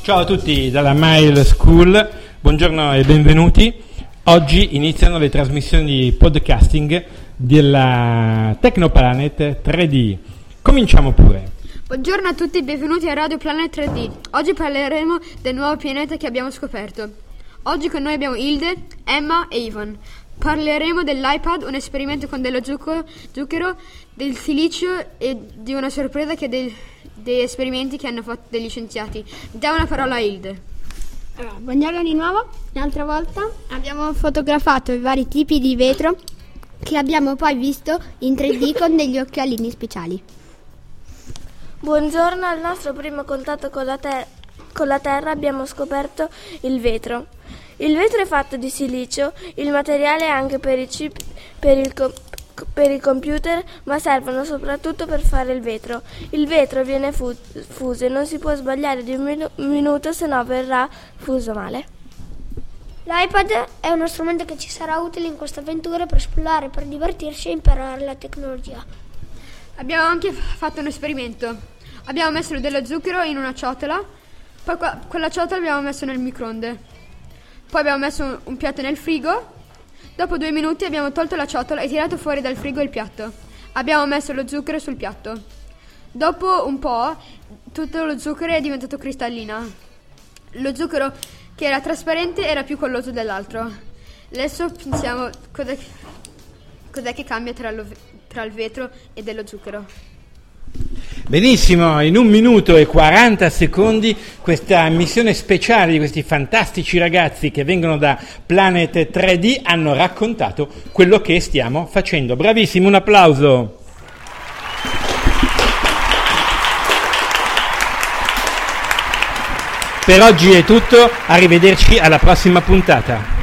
Ciao a tutti dalla Mile School, buongiorno e benvenuti. Oggi iniziano le trasmissioni di podcasting della Technoplanet 3D. Cominciamo pure. Buongiorno a tutti e benvenuti a Radio Planet 3D. Oggi parleremo del nuovo pianeta che abbiamo scoperto. Oggi con noi abbiamo Hilde, Emma e Ivan. Parleremo dell'iPad, un esperimento con dello zucchero, del silicio e di una sorpresa che degli esperimenti che hanno fatto degli scienziati. Diamo la parola a Hilde. Buongiorno di nuovo. L'altra volta abbiamo fotografato i vari tipi di vetro che abbiamo poi visto in 3D con degli occhialini speciali. Buongiorno, al nostro primo contatto con la Terra abbiamo scoperto il vetro. Il vetro è fatto di silicio, il materiale è anche per i chip per i computer, ma servono soprattutto per fare il vetro. Il vetro viene fuso e non si può sbagliare di un minuto, se no verrà fuso male. L'iPad è uno strumento che ci sarà utile in questa avventura per esplorare, per divertirci e imparare la tecnologia. Abbiamo anche fatto un esperimento. Abbiamo messo dello zucchero in una ciotola, poi quella ciotola l'abbiamo messo nel microonde. Poi abbiamo messo un piatto nel frigo. Dopo 2 minuti abbiamo tolto la ciotola e tirato fuori dal frigo il piatto. Abbiamo messo lo zucchero sul piatto. Dopo un po' tutto lo zucchero è diventato cristallina. Lo zucchero che era trasparente era più colloso dell'altro. Adesso pensiamo cos'è che cambia tra il vetro e dello zucchero. Benissimo, in 1 minuto e 40 secondi questa missione speciale di questi fantastici ragazzi che vengono da Planet 3D hanno raccontato quello che stiamo facendo. Bravissimo, un applauso. Per oggi è tutto, arrivederci alla prossima puntata.